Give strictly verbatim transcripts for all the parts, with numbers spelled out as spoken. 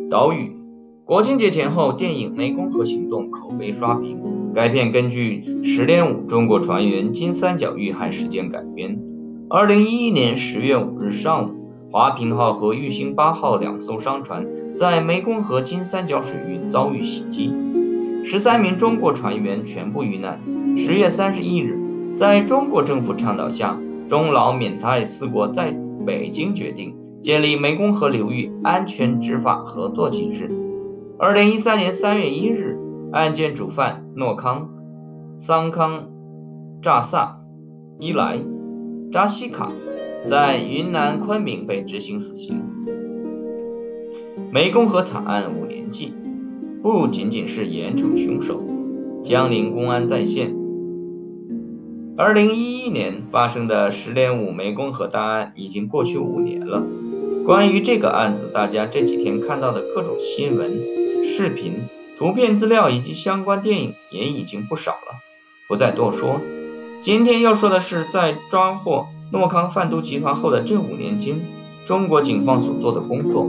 岛屿。国庆节前后，电影《湄公河行动》口碑刷屏。该片根据十点五中国船员金三角遇害事件改编。二零一一年十月五日上午，华平号和玉兴八号两艘商船在湄公河金三角水域遭遇袭击，十三名中国船员全部遇难。十月三十一日，在中国政府倡导下，中老缅泰四国在北京决定建立湄公河流域安全执法合作机制。二零一三年三月一日，案件主犯诺康、桑康、扎萨、伊莱、扎西卡在云南昆明被执行死刑。湄公河惨案五年祭，不仅仅是严惩凶手，江宁公安在线。二零一一年发生的十点五湄公河大案已经过去五年了。关于这个案子，大家这几天看到的各种新闻、视频、图片资料以及相关电影也已经不少了，不再多说。今天要说的是，在抓获诺康贩毒集团后的这五年间，中国警方所做的工作。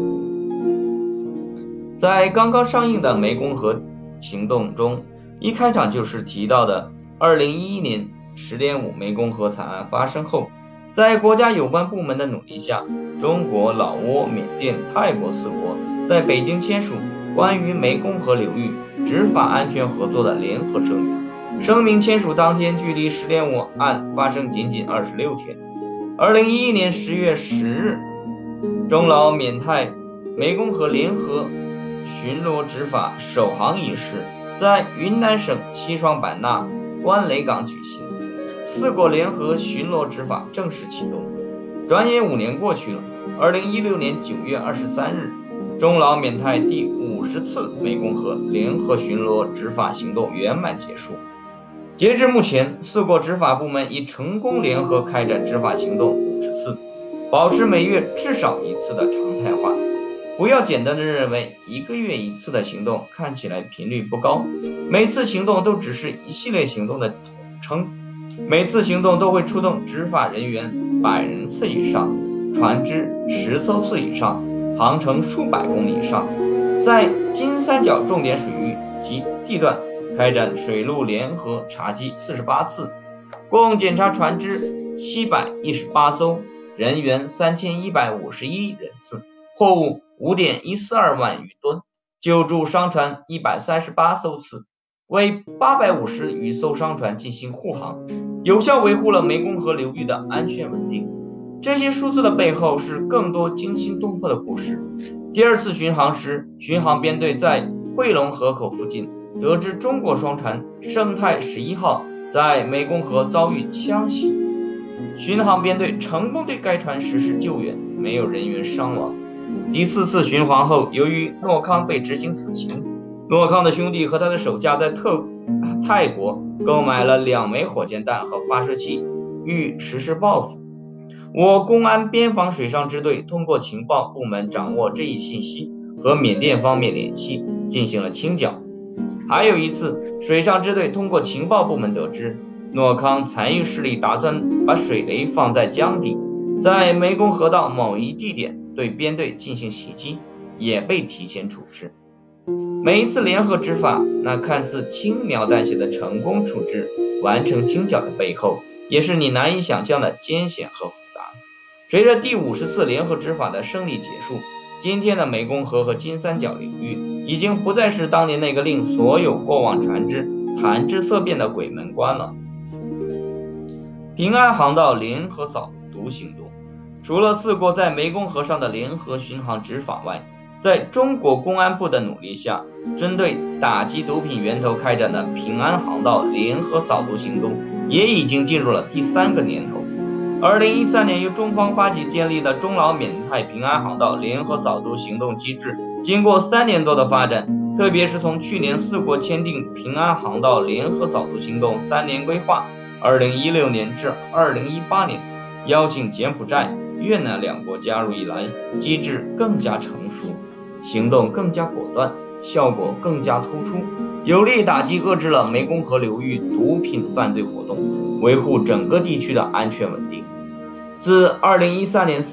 在刚刚上映的湄公河行动中，一开场就是提到的二零一一年十点五湄公河惨案发生后，在国家有关部门的努力下，中国、老挝、缅甸、泰国四国在北京签署关于湄公河流域执法安全合作的联合声明。声明签署当天，距离十点五案发生仅仅二十六天。二零一一年十月十日，中老缅泰湄公河联合巡逻执法首航仪式在云南省西双版纳关雷港举行，四国联合巡逻执法正式启动。转眼五年过去了，二零一六年九月二十三日，中老缅泰第五十次湄公河联合巡逻执法行动圆满结束。截至目前，四国执法部门已成功联合开展执法行动五十次，保持每月至少一次的常态化。不要简单的认为一个月一次的行动看起来频率不高，每次行动都只是一系列行动的统称，每次行动都会出动执法人员百人次以上，船只十艘次以上，航程数百公里以上，在金三角重点水域及地段开展水陆联合查缉四十八次，共检查船只七百一十八艘，人员三千一百五十一人次，货物 五点一四二万余吨，救助商船一百三十八艘次，为八百五十余艘商船进行护航，有效维护了湄公河流域的安全稳定。这些数字的背后是更多惊心动魄的故事。第二次巡航时，巡航编队在汇龙河口附近得知中国双船盛泰十一号在湄公河遭遇枪袭，巡航编队成功对该船实施救援，没有人员伤亡。第四次巡航后，由于诺康被执行死刑，诺康的兄弟和他的手下在特泰国购买了两枚火箭弹和发射器，欲实施报复。我公安边防水上支队通过情报部门掌握这一信息，和缅甸方面联系，进行了清剿。还有一次，水上支队通过情报部门得知，诺康残余势力打算把水雷放在江底，在湄公河道某一地点对编队进行袭击，也被提前处置。每一次联合执法，那看似轻描淡写的成功处置、完成清剿的背后，也是你难以想象的艰险和复杂。随着第五十次联合执法的胜利结束，今天的湄公河和金三角领域已经不再是当年那个令所有过往船只谈之色变的鬼门关了。平安航道联合扫毒行动，除了四国在湄公河上的联合巡航执法外，在中国公安部的努力下，针对打击毒品源头开展的平安航道联合扫毒行动也已经进入了第三个年头。二零一三年由中方发起建立的中老缅泰平安航道联合扫毒行动机制，经过三年多的发展，特别是从去年四国签订平安航道联合扫毒行动三年规划，二零一六年至二零一八年邀请柬埔寨、越南两国加入以来，机制更加成熟，行动更加果断，效果更加突出，有力打击遏制了湄公河流域毒品犯罪活动，维护整个地区的安全稳定。自二零一三年四月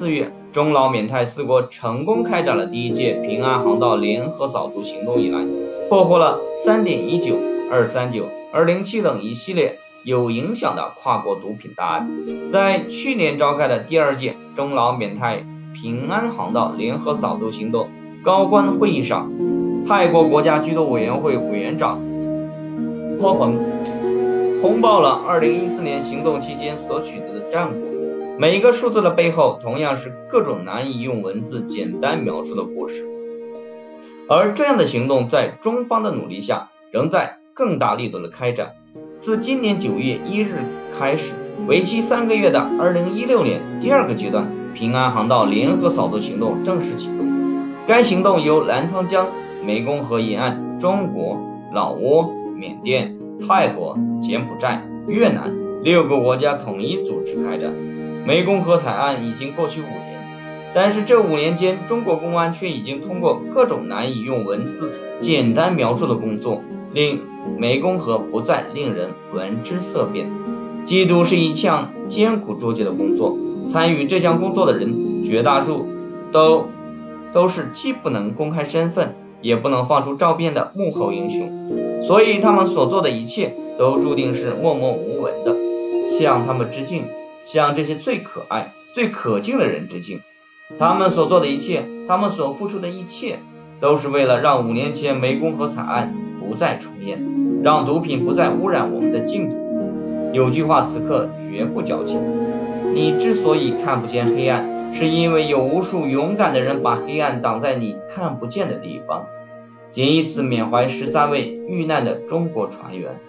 中老缅泰四国成功开展了第一届平安航道联合扫毒行动以来，破获了 三点一九、二三九、二零七等一系列有影响的跨国毒品大案。在去年召开的第二届中老缅泰平安航道联合扫毒行动高官会议上，泰国国家缉毒委员会委员长托彭通报了二零一四年行动期间所取得的战果。每个数字的背后同样是各种难以用文字简单描述的故事，而这样的行动在中方的努力下仍在更大力度的开展。自今年九月一日开始，为期三个月的二零一六年第二个阶段平安航道联合扫毒行动正式启动。该行动由澜沧江、湄公河沿岸中国、老挝、缅甸、泰国、柬埔寨、越南六个国家统一组织开展。湄公河惨案已经过去五年，但是这五年间，中国公安却已经通过各种难以用文字简单描述的工作，令湄公河不再令人闻之色变。缉毒是一项艰苦卓绝的工作，参与这项工作的人绝大多数都都是既不能公开身份，也不能放出照片的幕后英雄，所以他们所做的一切都注定是默默无闻的。向他们致敬，向这些最可爱、最可敬的人致敬。他们所做的一切，他们所付出的一切，都是为了让五年前湄公河惨案不再重演，让毒品不再污染我们的净土。有句话此刻绝不矫情，你之所以看不见黑暗，是因为有无数勇敢的人把黑暗挡在你看不见的地方。仅以此缅怀十三位遇难的中国船员。